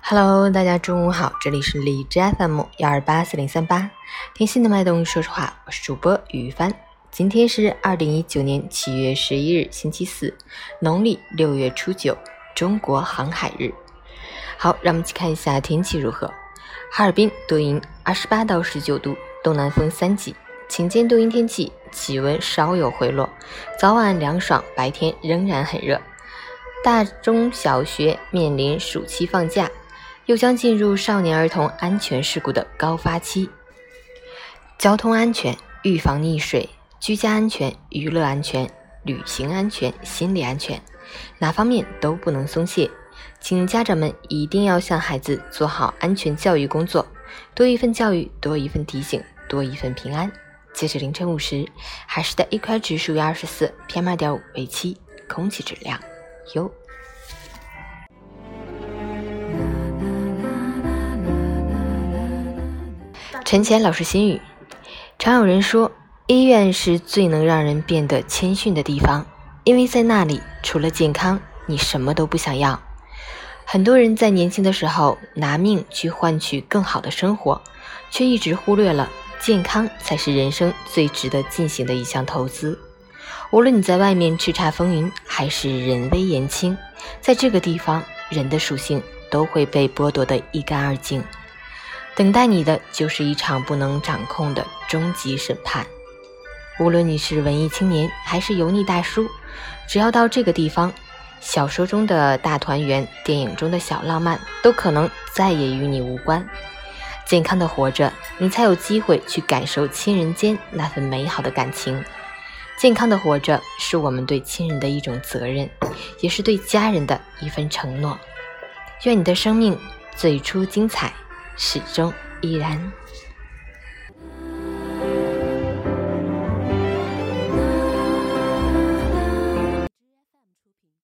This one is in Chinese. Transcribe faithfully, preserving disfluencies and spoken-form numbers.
Hello， 大家中午好，这里是荔枝 F M 幺二八四零三八，听心的脉动说实话，我是主播于帆。今天是二零一九年七月十一日，星期四，农历六月初九，中国航海日。好，让我们一起看一下天气如何。哈尔滨多云，二十八到十九度，东南风三级，晴间多云天气，气温稍有回落，早晚凉爽，白天仍然很热。大中小学面临暑期放假，又将进入少年儿童安全事故的高发期。交通安全、预防溺水、居家安全、娱乐安全、旅行安全、心理安全，哪方面都不能松懈。请家长们一定要向孩子做好安全教育工作，多一份教育，多一份提醒，多一份平安。截至凌晨五时，海市的 A Q I 指数为二十四 P M 二点五 为七，空气质量优。陈乾老师心语：常有人说，医院是最能让人变得谦逊的地方，因为在那里除了健康，你什么都不想要。很多人在年轻的时候拿命去换取更好的生活，却一直忽略了健康才是人生最值得进行的一项投资。无论你在外面叱咤风云，还是人微言轻，在这个地方，人的属性都会被剥夺得一干二净。等待你的就是一场不能掌控的终极审判。无论你是文艺青年还是油腻大叔，只要到这个地方，小说中的大团圆，电影中的小浪漫，都可能再也与你无关。健康的活着，你才有机会去感受亲人间那份美好的感情。健康的活着，是我们对亲人的一种责任，也是对家人的一份承诺。愿你的生命最初精彩，始终依然。